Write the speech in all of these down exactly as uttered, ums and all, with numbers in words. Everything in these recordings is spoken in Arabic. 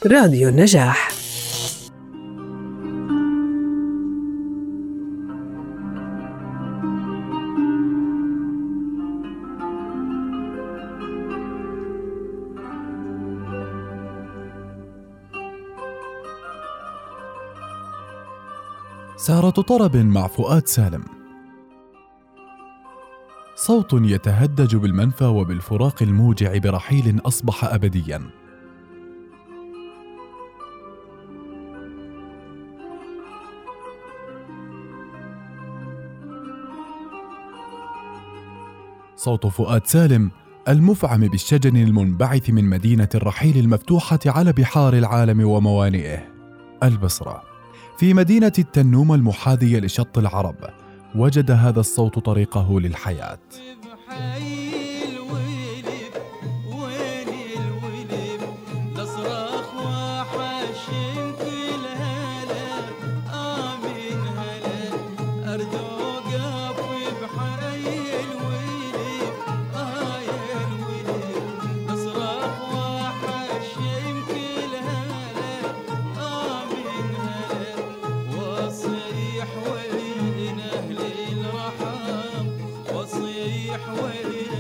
راديو النجاح. سهرة طرب مع فؤاد سالم. صوت يتهدج بالمنفى وبالفراق الموجع برحيل أصبح أبدياً. صوت فؤاد سالم المفعم بالشجن المنبعث من مدينة الرحيل المفتوحة على بحار العالم وموانئه، البصرة. في مدينة التنوم المحاذية لشط العرب وجد هذا الصوت طريقه للحياة. وين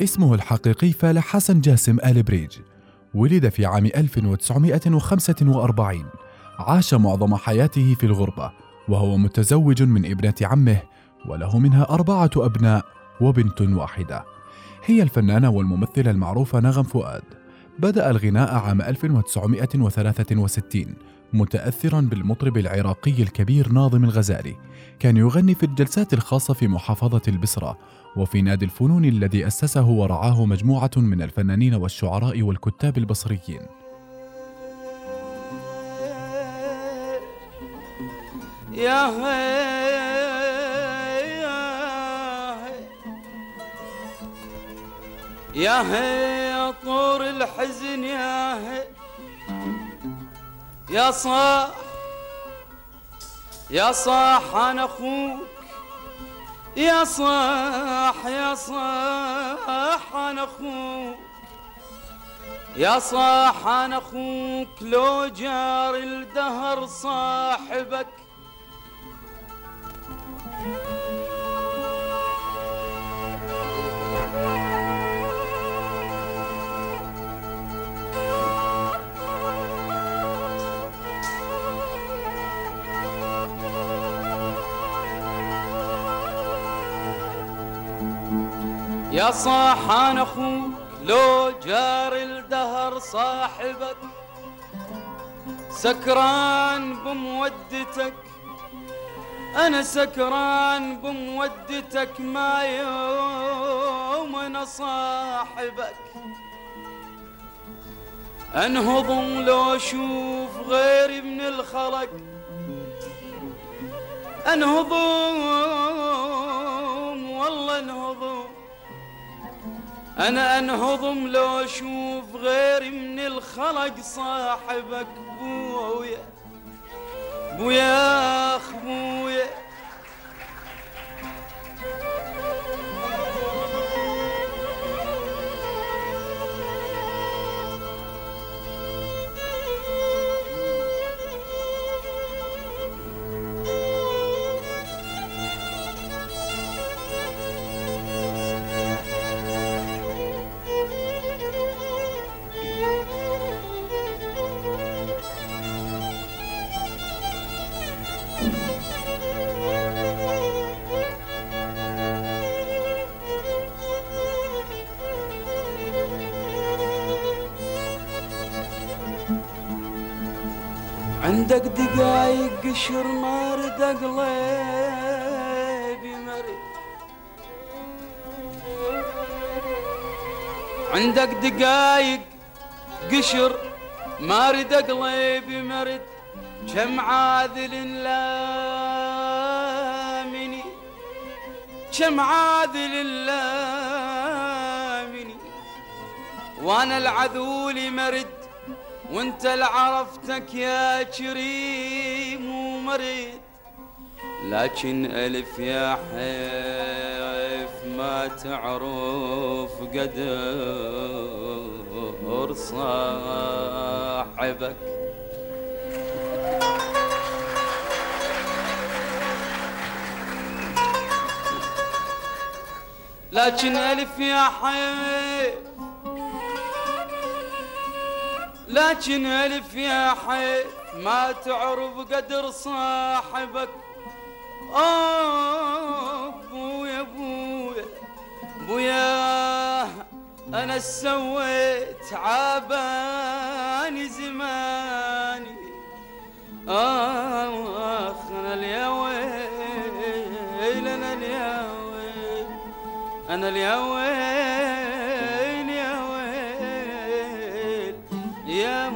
اسمه الحقيقي فالح حسن جاسم آل بريج. ولد في عام ألف وتسعمائة وخمسة وأربعين. عاش معظم حياته في الغربة، وهو متزوج من ابنة عمه، وله منها أربعة أبناء وبنت واحدة. هي الفنانة والممثلة المعروفة نغم فؤاد. بدأ الغناء عام ألف وتسعمائة وثلاثة وستين متأثرا بالمطرب العراقي الكبير ناظم الغزالي. كان يغني في الجلسات الخاصة في محافظة البصرة وفي نادي الفنون الذي أسسه ورعاه مجموعة من الفنانين والشعراء والكتاب البصريين. يا هي يا هي يا طور الحزن، يا هي يا صاح يا صاح أنا أخوك، يا صاح يا صاح أنا أخوك، يا صاح أنا أخوك لو جار الدهر صاحبك. يا صاح أنا أخوك لو جار الدهر صاحبك، سكران بمودتك أنا سكران بمودتك، ما يوم أنا صاحبك. أنهضم لو أشوف غيري من الخلق، أنهضم والله أنهضم، أنا أنهضم لو أشوف غيري من الخلق صاحبك. بويا بويا أخ بويا، عندك دقايق قشر مارد قلبي مرد، عندك دقايق قشر مارد قلبي مرد، كم عاذل لامني كم عاذل لامني، وانا العذول مرد وانت لعرفتك يا كريم ومريد. لكن ألف يا حيف ما تعرف قدر صاحبك. لكن ألف يا حيف لكن ألف يا حي ما تعرف قدر صاحبك. آه بويا بويا بويا أنا سويت عاباني زماني. آه أنا اليويل أنا اليويل أنا اليويل يا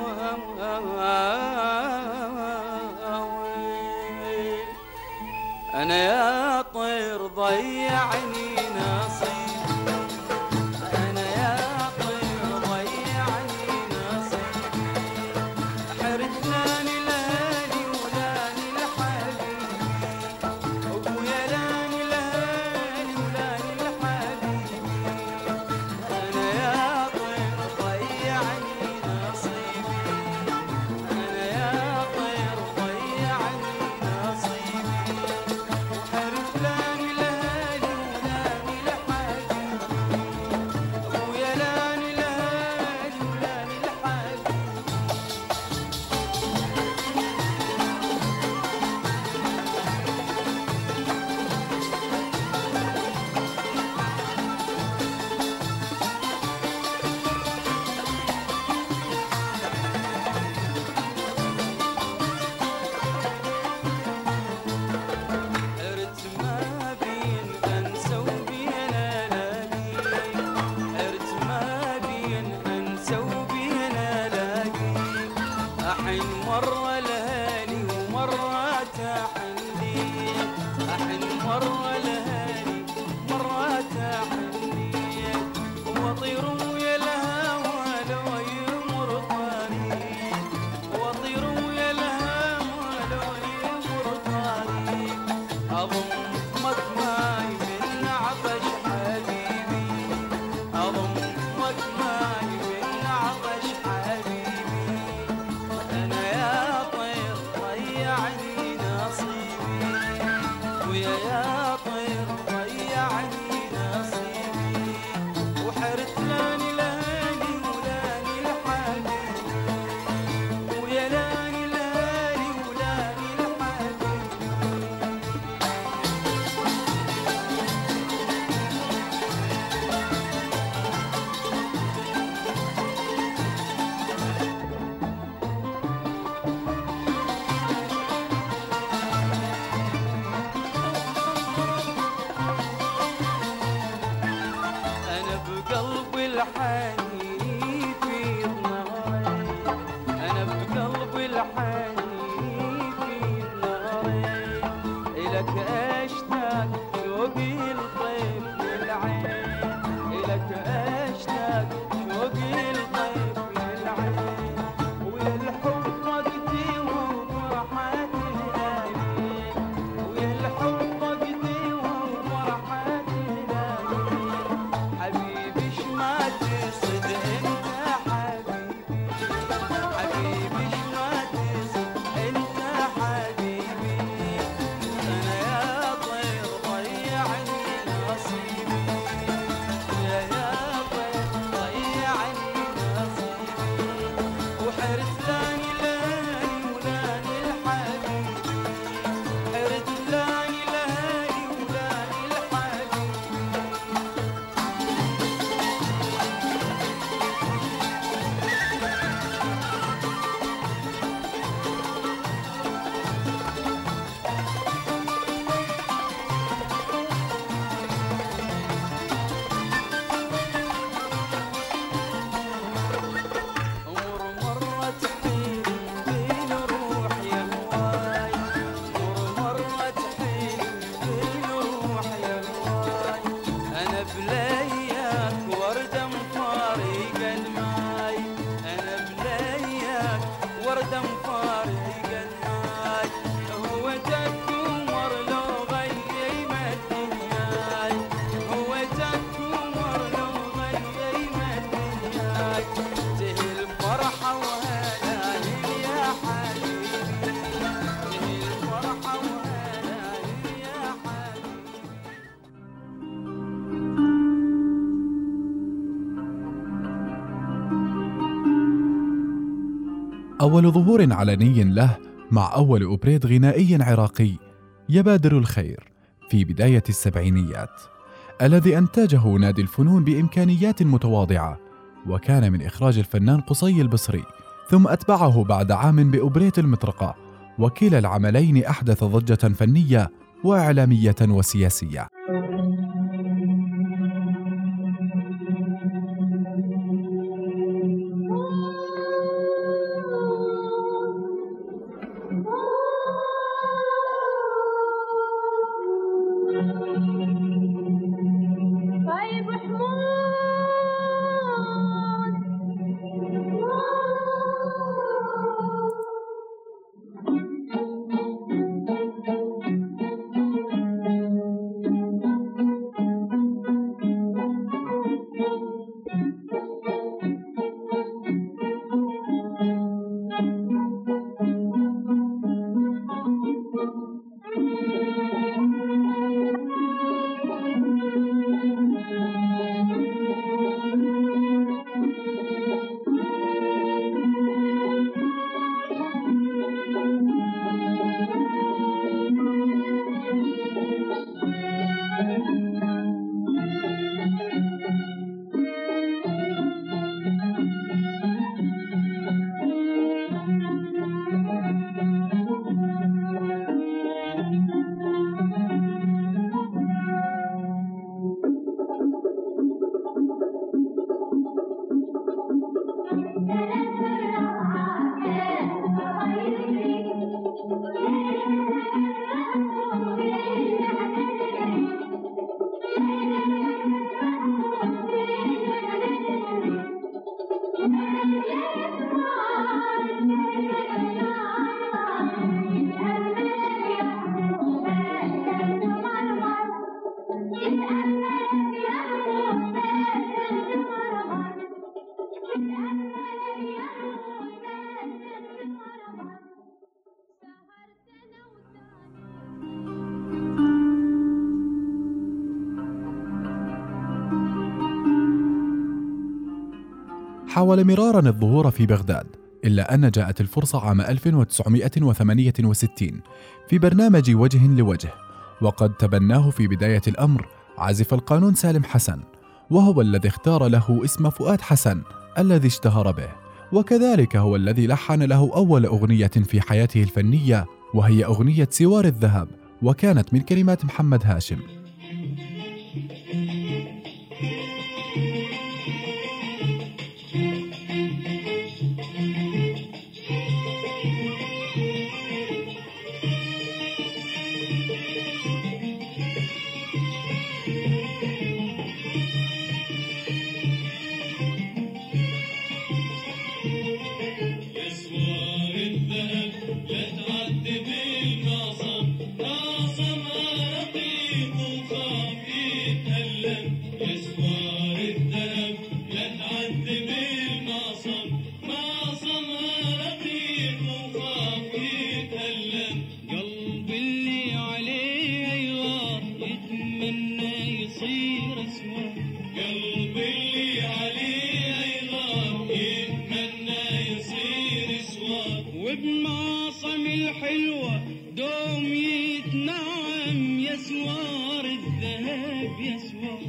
ويل أنا يا طير ضيعني نصيب، أنا يا طير ضيعني نصيب، حرتناني لاني ولاني لحبيبي، أبويا لاني لاني ولاني لحبيبي، أنا يا طير ضيعني حرف لاني لاني ولاني لحبيبي. مرة لهاني مرة تحني وأطير ويا الهوى لو يمر طريق وأطير ويا الهوى لو يمر طريق أضمك معي من عطش حبيبي أضمك معي من عطش حبيبي أنا يا طير ضيعني نصيبي ويا يا طير ضيعني نصيبي وحرت لاني لاني ولاني الحبيب ويا لاني لاني ولاني الحبيب أنا بقلبي الحنين في نهاري أنا بقلبي الحنين في نهاري إلك أشتاق شوقي الطيب للعين إلك أشتاق شوقي الطيب للعين ويا الحب وقتي وفرحتي الآمين ويا الحب وقتي وفرحتي الآمين حبيبي شما تصد انت حبيبي حبيبي شما تصد انت حبيبي انا يا طير ضيعني نصيبي يا يا طير ضيعني نصيبي وحرت لاني لاني ولاني الحبيبي حرت لاني لاني ولاني الحبيبي أمر مرة تحيل بين روح يا هواي أمر مرة تحيل بين روح يا هواي أنا بلاياك وردة مفارق الماي أنا بلاياك وردة مفارق الماي هو تكمر لو غيم الدنياي هو تكمر لو غيم الدنياي تهي الفرحة وهلاهل يا حبيبي تهي الفرحة وهلاهل يا حبيبي أول ظهور علني له مع أول أوبريت غنائي عراقي يبادر الخير في بداية السبعينيات الذي أنتجه نادي الفنون بإمكانيات متواضعة وكان من إخراج الفنان قصي البصري ثم أتبعه بعد عام بأوبريت المطرقة وكلا العملين أحدث ضجة فنية وإعلامية وسياسية. طيب حمود حاول مرارا الظهور في بغداد، إلا أن جاءت الفرصة عام ألف وتسعمائة وثمانية وستين في برنامج وجه لوجه، وقد تبناه في بداية الأمر عازف القانون سالم حسن، وهو الذي اختار له اسم فؤاد حسن الذي اشتهر به، وكذلك هو الذي لحن له أول أغنية في حياته الفنية، وهي أغنية سوار الذهب، وكانت من كلمات محمد هاشم. وبمعصم الحلوة دوم يتنعم يا سوار الذهب يا سوار.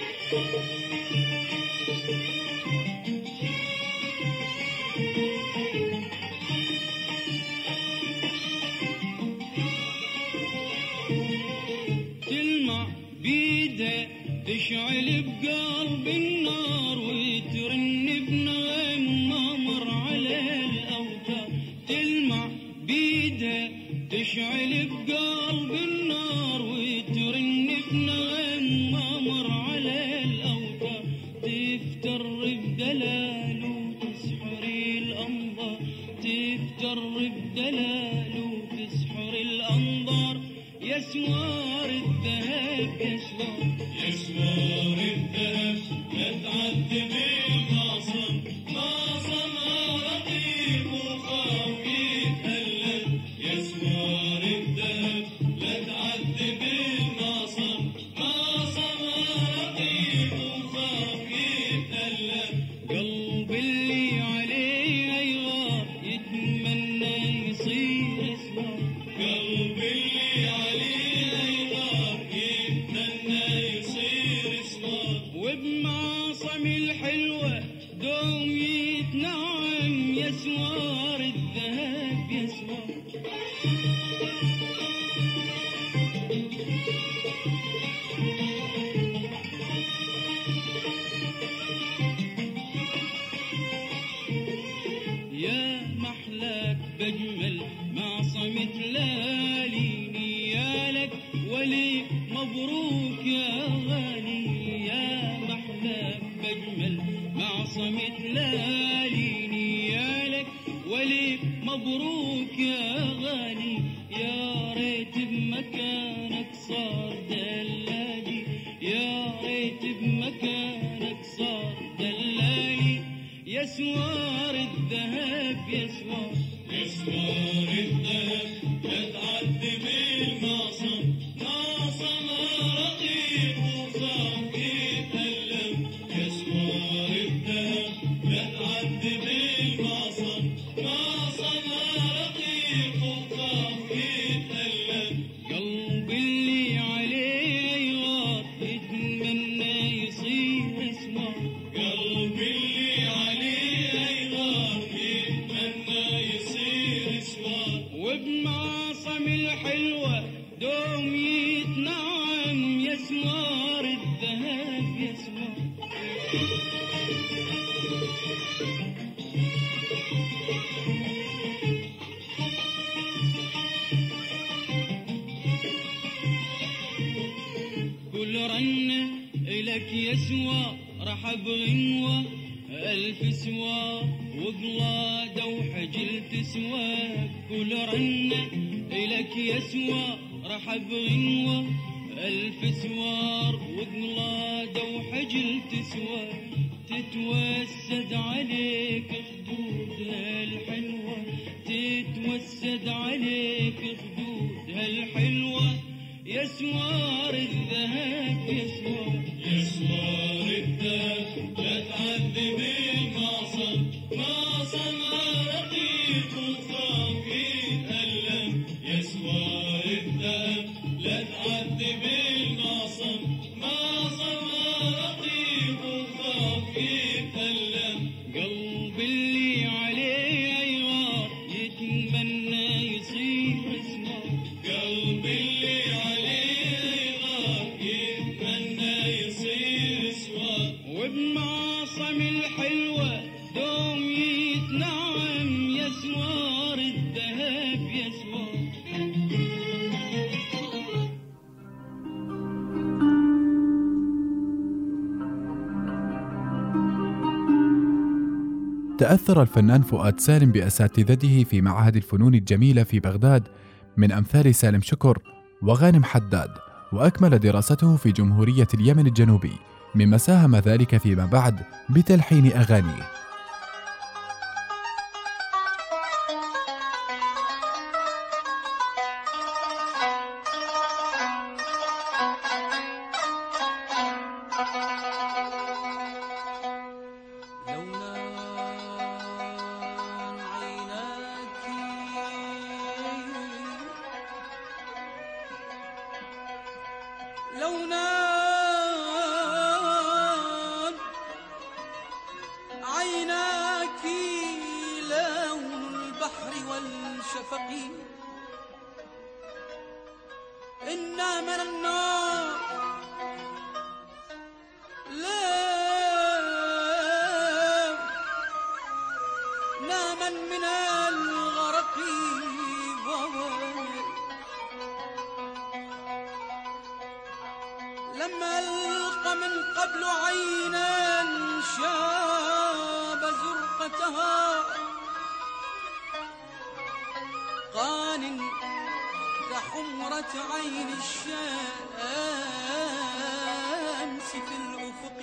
تلمع بيدها تشعل بقلب النار وترن بنغم مر على الأوتار. تلمع بيدها تشعل بقلب النار وترن بنغم مر على الأوتار. تفتر بدلال وتسحر الأنظار، تفتر بدلال وتسحر الأنظار يا سوار الذهب يا سوار. يا سوار الذهب لا تعدي بالمعصم، معصم رقيق وخاف يتألم. يا سوار الذهب لا تعدي بالمعصم، معصم رقيق وخاف يتألم. قلب اللي عليه يغار يتمنى يصير اسمار. قلب اللي عليه يغار يتمنى يصير اسمار. وبمعصم الحلوة دوم يتنعم يا سوار الذهب يا سوار. يا محلاك بجمل معصم تلالي نيالك ولي مبروك يا غالي. يا محلاك بجمل معصم تلالي نيالك ولي مبروك يا غالي. يا ريت بمكانك صار دلالي، يا ريت بمكانك صار دلالي يا سوار الذهب يا سوار. يا سوار الذهب لا تعدي بالمعصم، معصم رقيق وخاف يتألم. يا سوار الذهب لا تعدي بالمعصم، معصم رقيق وخاف يتألم. قلب اللي عليه يغار يتمنى يصير اسمار. قلب اللي عليه يغار يتمنى يصير اسمار. وبمعصم الحلوة دوم يتنعم يا سوار الذهب يا سوار. كل رنة إلك يا سوار راح بغنوة ألف سوار وقلادة وحجلت سوار. كل رنة إلك يا سوار راح بغنوة ألف سوار وقلادة وحجلت سوار. تتوسد عليك خدودها الحلوة، تتوسد عليك خدودها الحلوة يا سوار الذهب يا سوار. يا سوار الذهب لا تعدي بالمعصم، تأثر الفنان فؤاد سالم بأساتذته في معهد الفنون الجميلة في بغداد من أمثال سالم شكر وغانم حداد، وأكمل دراسته في جمهورية اليمن الجنوبي، مما ساهم ذلك فيما بعد بتلحين أغانيه. لو نام عيناك لون البحر والشفق، إنا من النار لا ناما من الغرق، لما ألقى من قبل عينا شاب زرقتها، قان كحمرة عين الشمس في الأفق.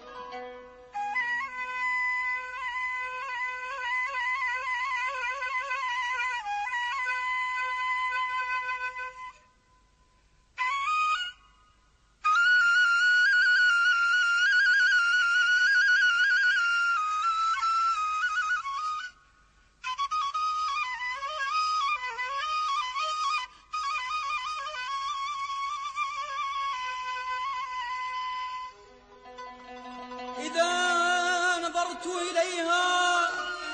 إذا نظرت إليها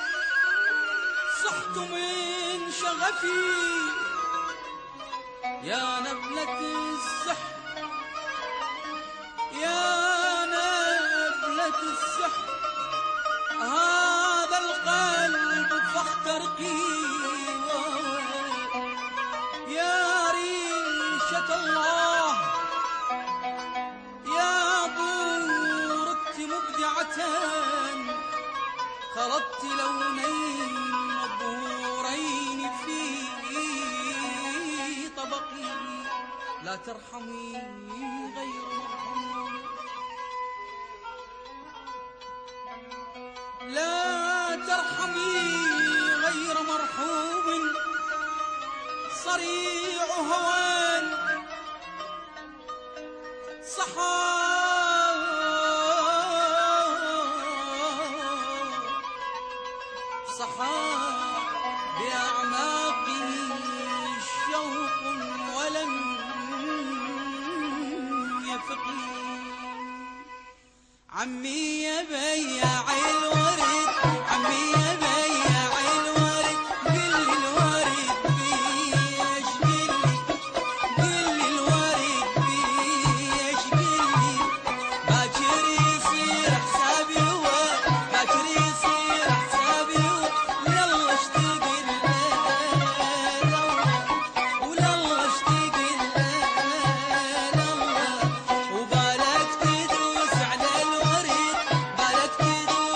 صحت من شغفي، يا نبلة السحر يا نبلة السحر، هذا القلب فاخترقي، يا ريشة الله خلطت لونين مبهورين في طبقي، لا ترحمي غير مرحوم، لا ترحمي غير مرحوم، صريع هوان صحا بأعماقه شوق ولم يفق. عمي يا بياع الورد، عمي يا بياع الورد، قل لي الورد بيش، قل لي قل لي الورد بيش، قل لي باكر يصير حسابي هو، باكر يصير حسابي هو، لله اشتاق ولله اشتاق لله، وبالك تدوس على الورد، بالك تدوس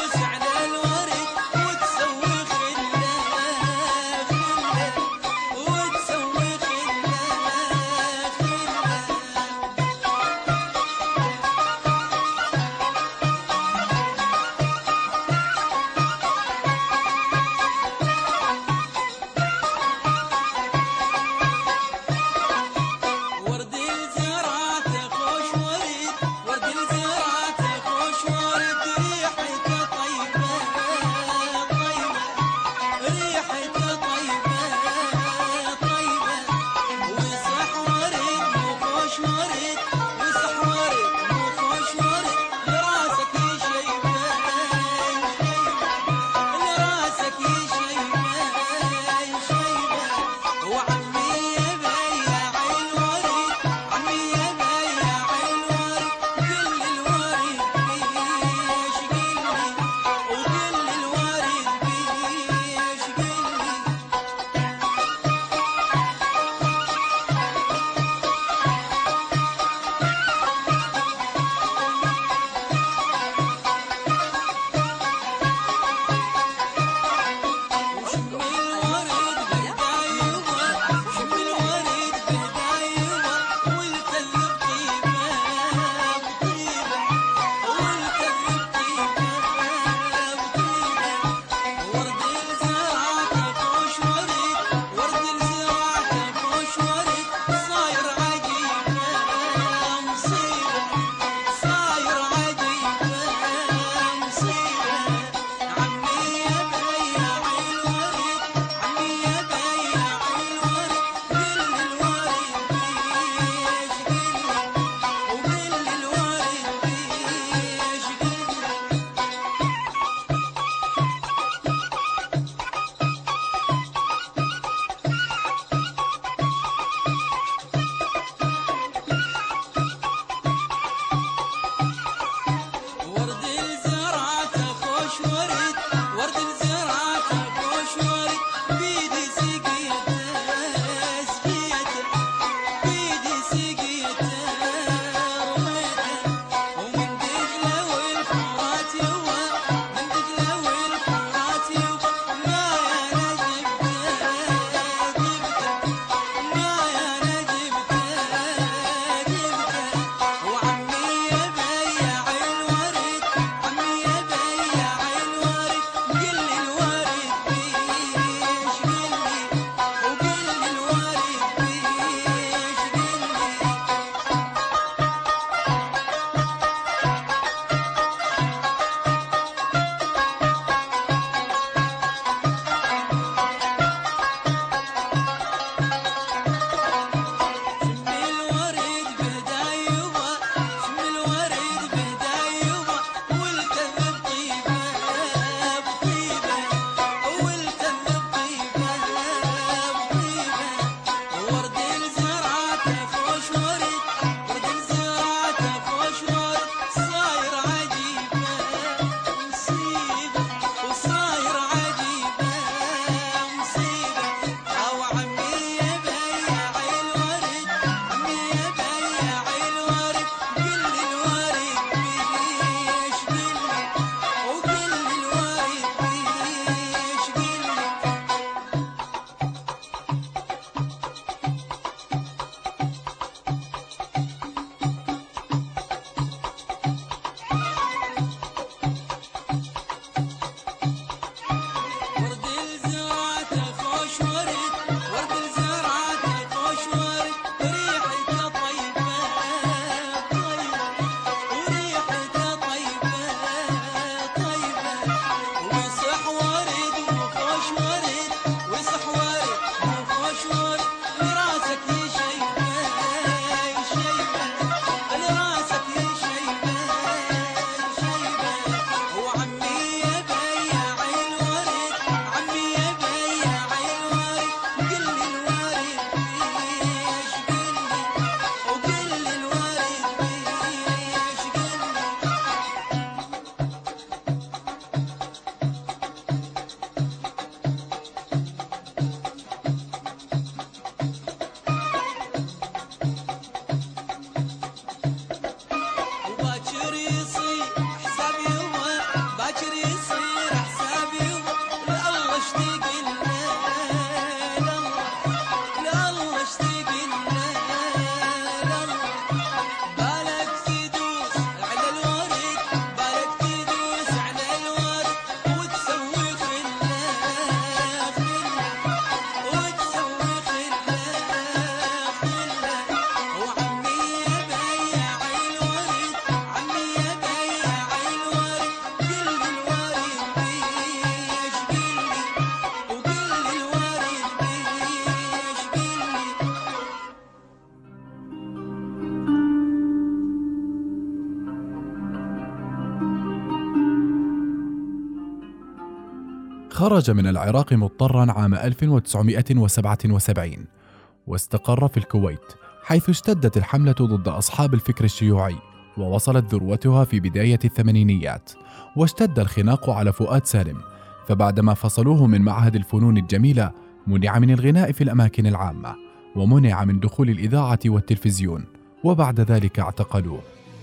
خرج من العراق مضطرا عام ألف وتسعمائة وسبعة وسبعين واستقر في الكويت، حيث اشتدت الحملة ضد أصحاب الفكر الشيوعي ووصلت ذروتها في بداية الثمانينيات، واشتد الخناق على فؤاد سالم، فبعدما فصلوه من معهد الفنون الجميلة منع من الغناء في الأماكن العامة، ومنع من دخول الإذاعة والتلفزيون، وبعد ذلك اعتقلوه.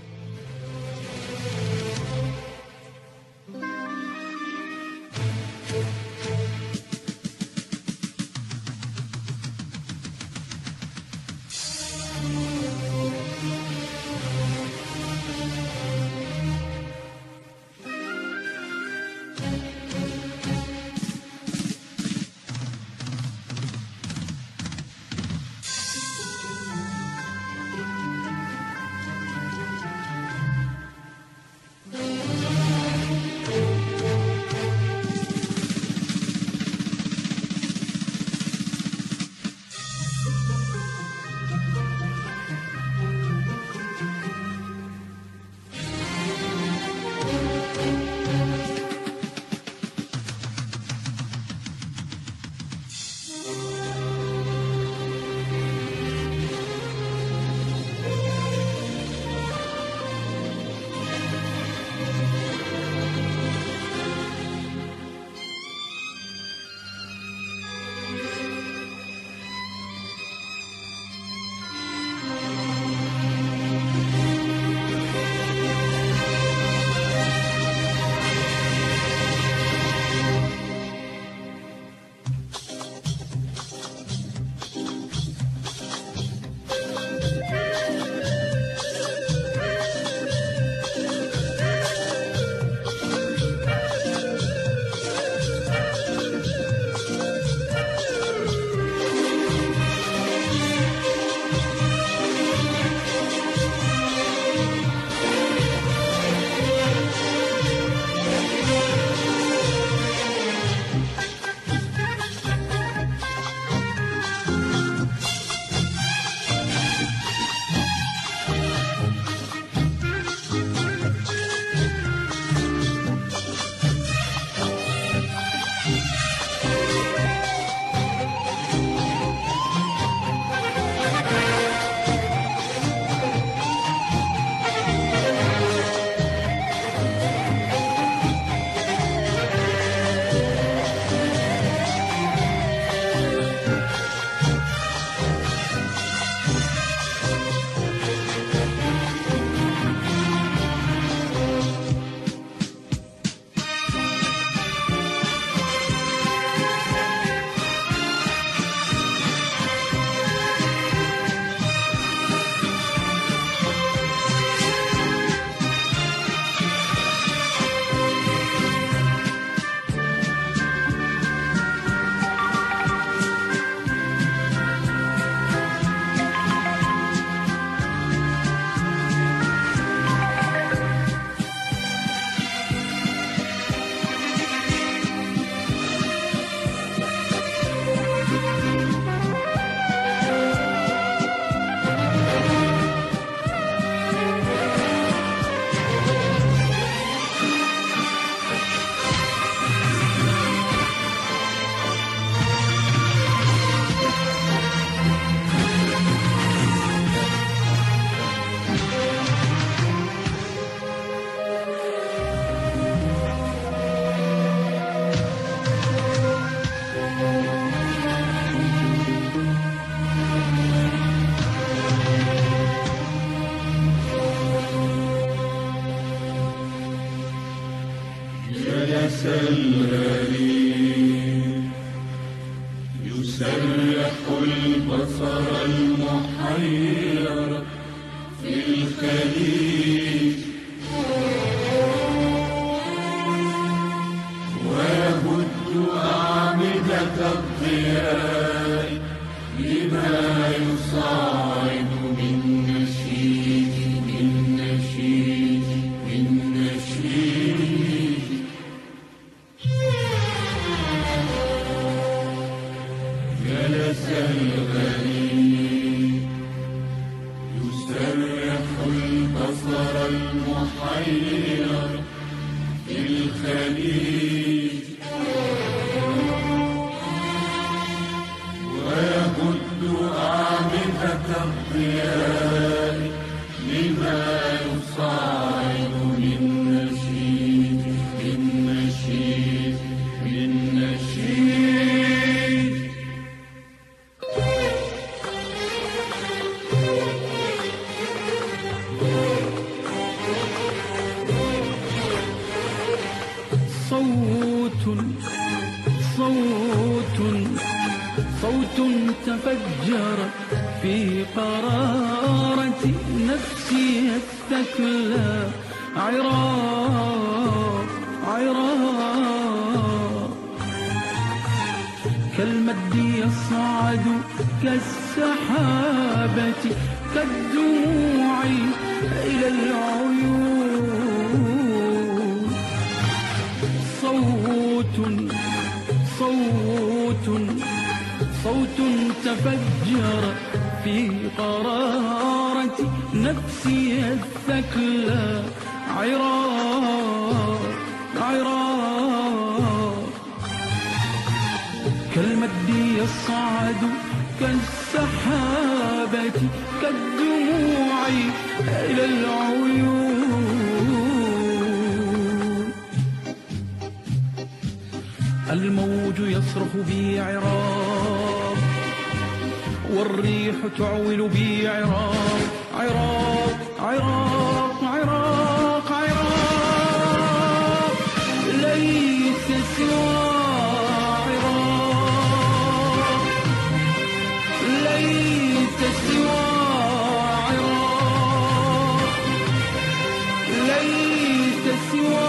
الغريب يسرح البصر المحير في الخليج ويهد أعمدة الضياء بما يصاعد من نشيد من نشيد من نشيد جلس الغريب يسرح البصر المحير في الخليج تفجرت في قرارة نفسي الثكلى عراق عراق كالمد يصعد كالسحابة كالدموع إلى العيون صوت صوت صوت تفجر في قرارة نفسي الثكلى عراق عراق كالمد يصعد كالسحابة كالدموع إلى العيون الموج يصرخ بي عراق والريح تعول بي عراق عراق عراق عراق عراق ليس سوى عراق ليس سوى عراق ليس سوى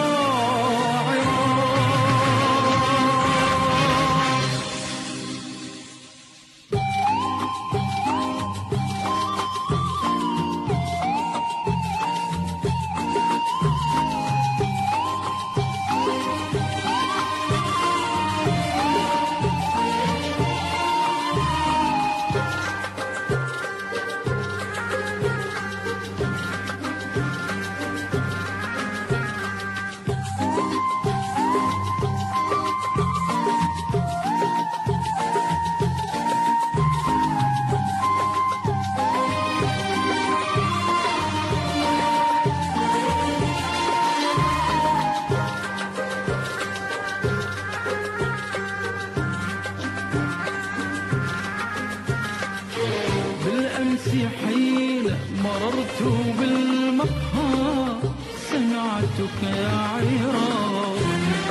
حين مررت بالمقهى سمعتك يا عراق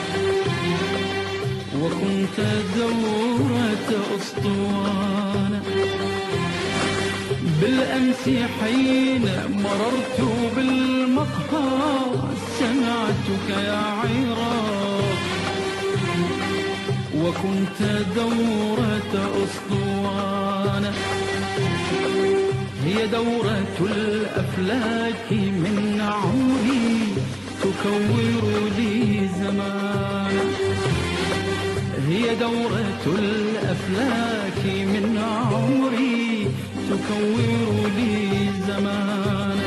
وكنت دورة أسطوانة بالأمس حين مررت بالمقهى سمعتك يا عراق وكنت دورة أسطوانة هي دورة الأفلاك من عمري تكور لي زمانا هي دورة الأفلاك من عمري تكور لي زمانا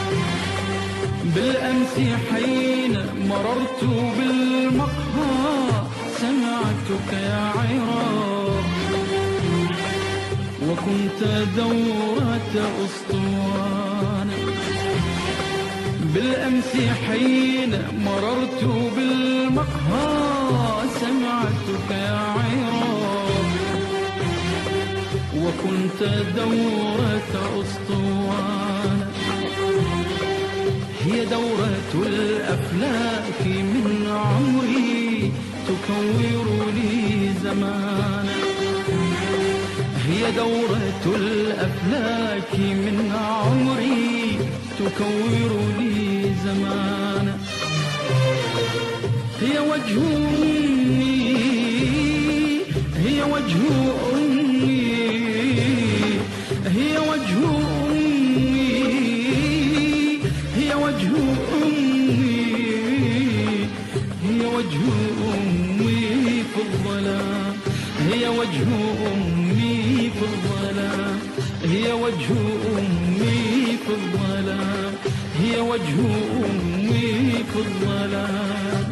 بالأمس حين مررت بالمقهى سمعتك يا عراق وكنت دورة أسطوانة بالأمس حين مررت بالمقهى سمعتك يا عراق وكنت دورة أسطوانة هي دورة الأفلاك من عمري تكور لي زمانا هي دورة الأفلاك من عمري تكور لي زمانا هي وجه أمي هي وجه أمي هي وجه أمي هي وجه أمي هي وجه أمي في الظلام هي وجه أمي في الظلام هي وجه أمي في الظلام هي وجه أمي في الظلام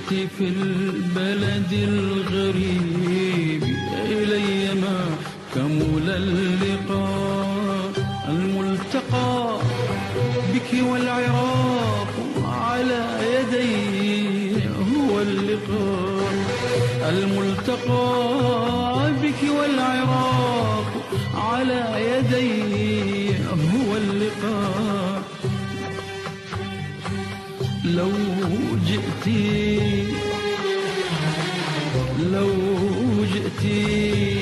جئت في البلد الغريب إلي ما كمل اللقاء، الملتقى بك والعراق على يدي هو اللقاء، الملتقى بك والعراق على يدي هو اللقاء. لو جئتي لو جئتي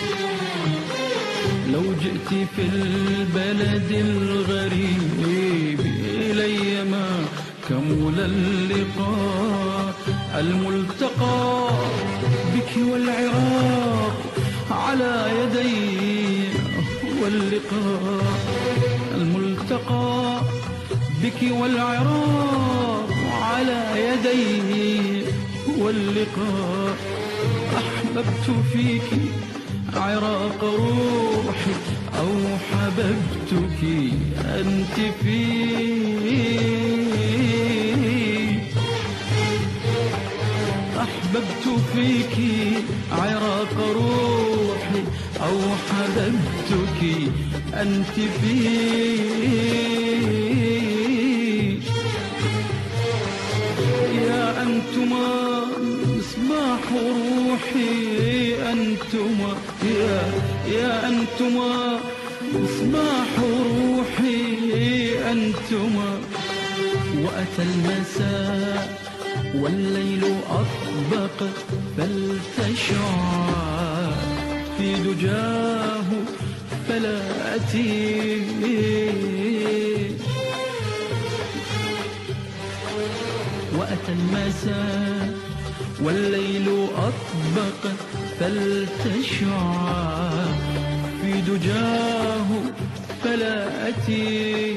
لو جئتي في البلد الغريب إلي ما كمل اللقاء، الملتقى بك والعراق على يدي هو اللقاء، الملتقى بك والعراق على يدي هو اللقاء. أحببت فيك عراق روحي أو حببتك أنت في، أحببت فيك عراق روحي أو حببتك أنت في. يا أنتما مصباح روحي، أنتما يا يا أنتما مصباح روحي أنتما. وأتى المساء والليل أطبق فلتشع في دجاه فلا أتي. وأتى المساء والليل أطبق فلتشع في دجاه فلا أتي.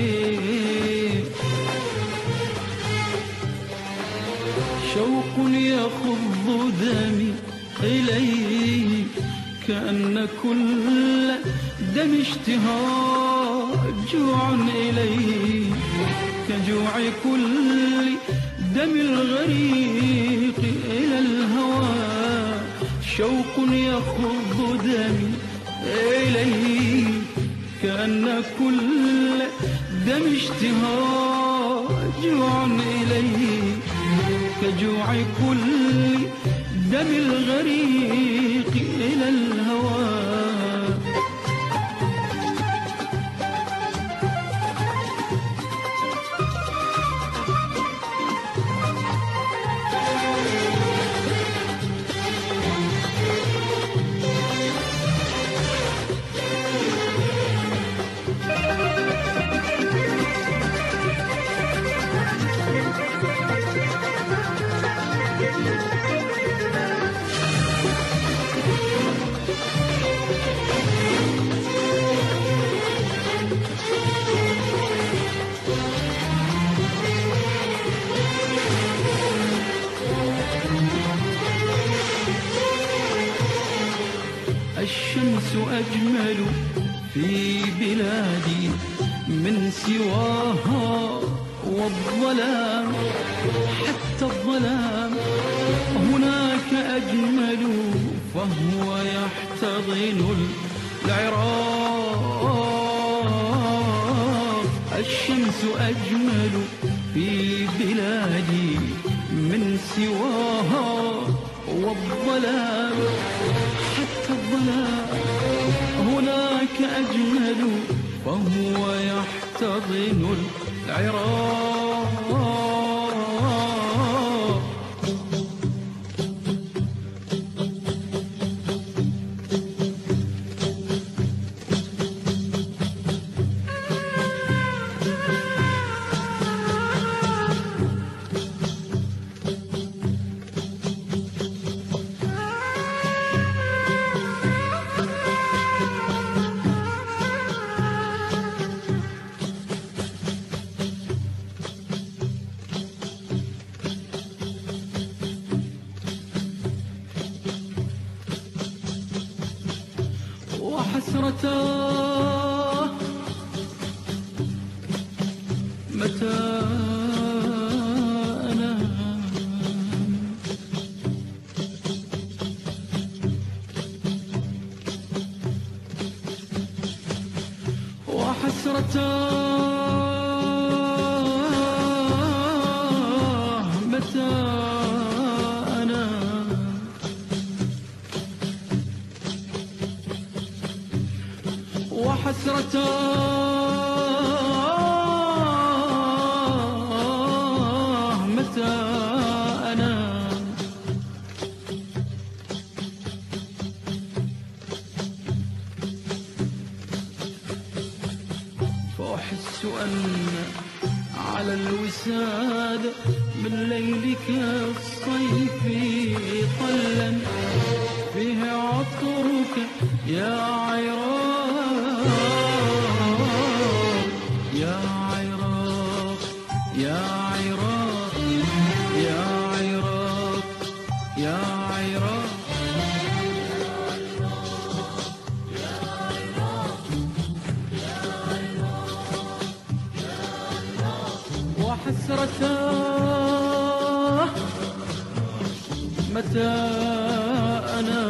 شوق يخض دمي إليه كأن كل دم اشتهاء، جوع إليه كجوع كل دم الغريق إلى الهوى. شوق يخض دمي إليه كأن كل دم اشتهاء، جوع إليه كجوع كل دم الغريق إلى الهوى. الشمس أجمل في بلادي من سواها، والظلام حتى الظلام هناك أجمل، فهو يحتضن العراق. الشمس أجمل في بلادي من سواها، والظلام حتى الظلام هناك أجمل، فهو يحتضن العراق. وحسرتاه متى أنا وحسرتاه متى أنا وحسرتاه متى أنا فأحس أن على الوساد من ليلك الصيف طلا فيه عطرك يا عراق يا عراق يا عراق يا عراق يا عراق وحسرتاه متى أنا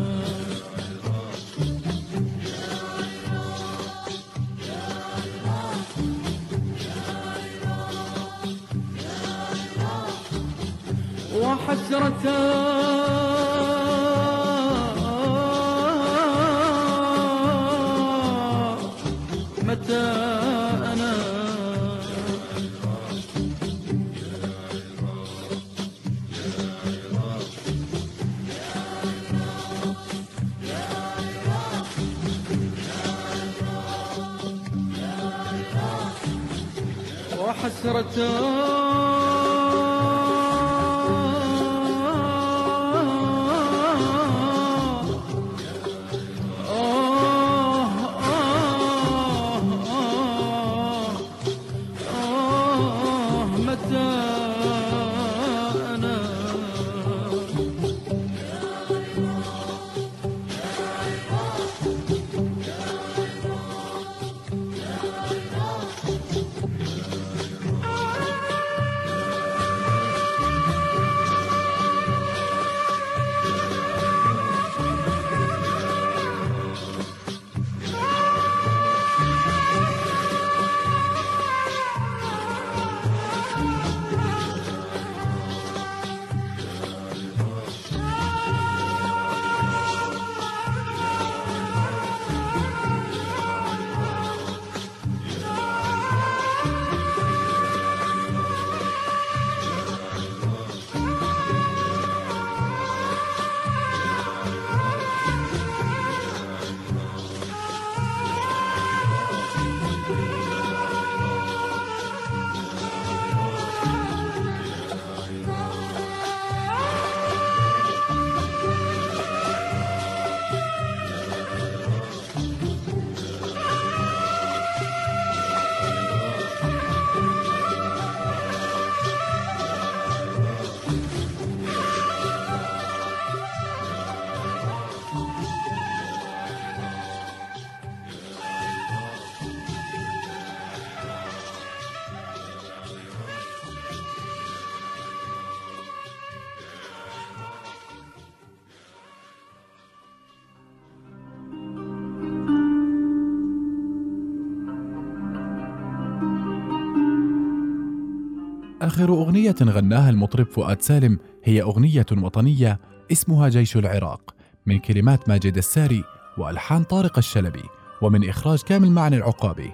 وحسرتاه متى أنا آخر أغنية غناها المطرب فؤاد سالم هي أغنية وطنية اسمها جيش العراق، من كلمات ماجد الساري وألحان طارق الشلبي، ومن إخراج كامل معني العقابي.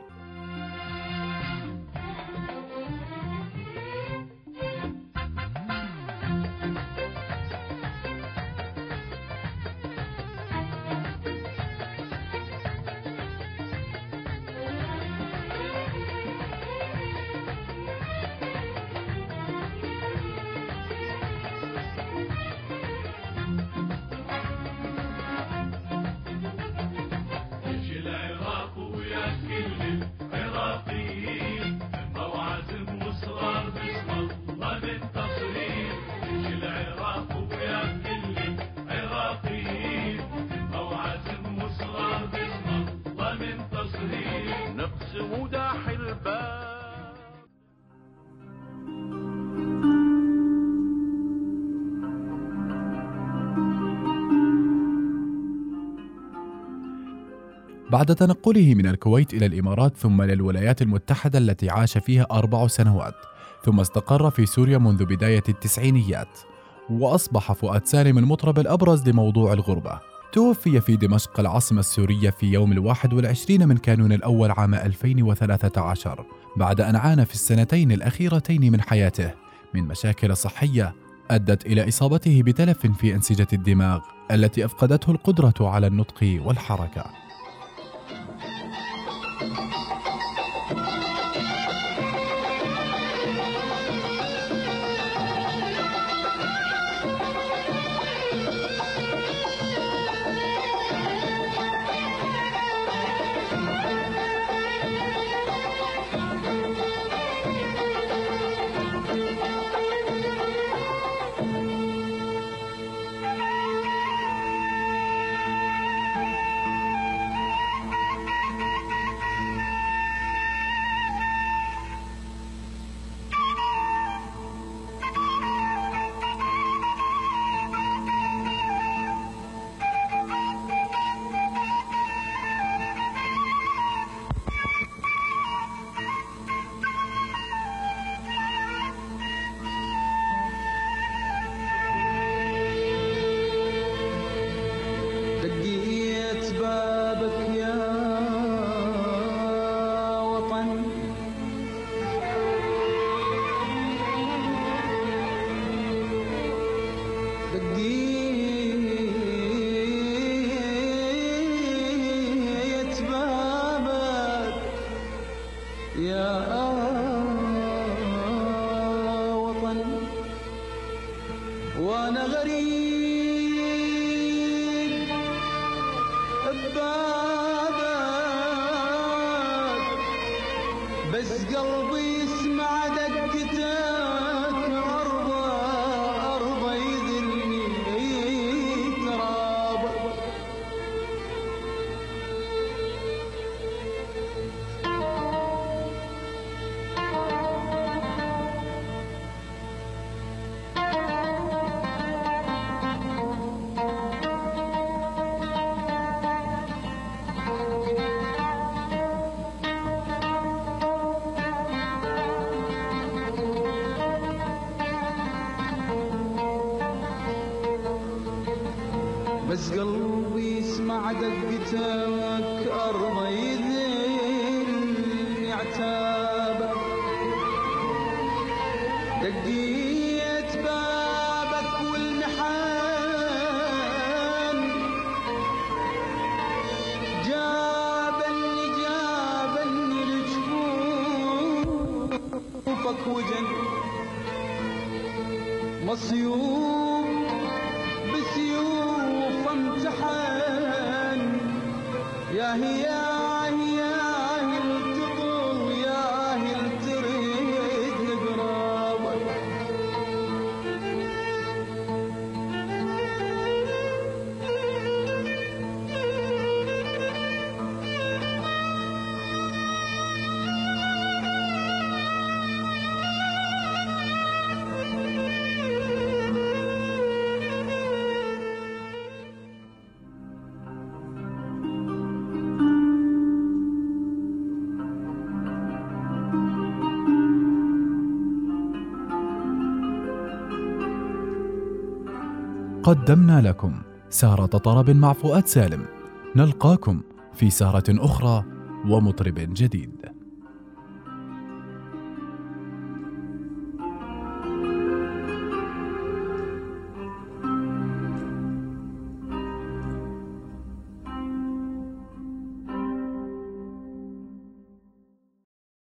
جيش العراق ويا كل بعد تنقله من الكويت إلى الإمارات ثم للولايات المتحدة التي عاش فيها أربع سنوات، ثم استقر في سوريا منذ بداية التسعينيات، وأصبح فؤاد سالم المطرب الأبرز لموضوع الغربة. توفي في دمشق العاصمة السورية في يوم الواحد والعشرين من كانون الأول عام ألفين وثلاثة عشر، بعد أن عانى في السنتين الأخيرتين من حياته من مشاكل صحية أدت إلى إصابته بتلف في أنسجة الدماغ التي أفقدته القدرة على النطق والحركة. وانا غريب ببابك، بس قلبي يسمع دقتك، ارضى ارضى يذلني ترابك. بس قلبي يسمع دقتك، أرضى يذلني عتابك. دقيت بابك والمحن جابني جابني لجفوفك وجن مصيوب بسيوف امتحن. يا هي يا هي التطل يا هي تريد نقرابك. قدمنا لكم سهرة طرب مع فؤاد سالم. نلقاكم في سهرة أخرى ومطرب جديد.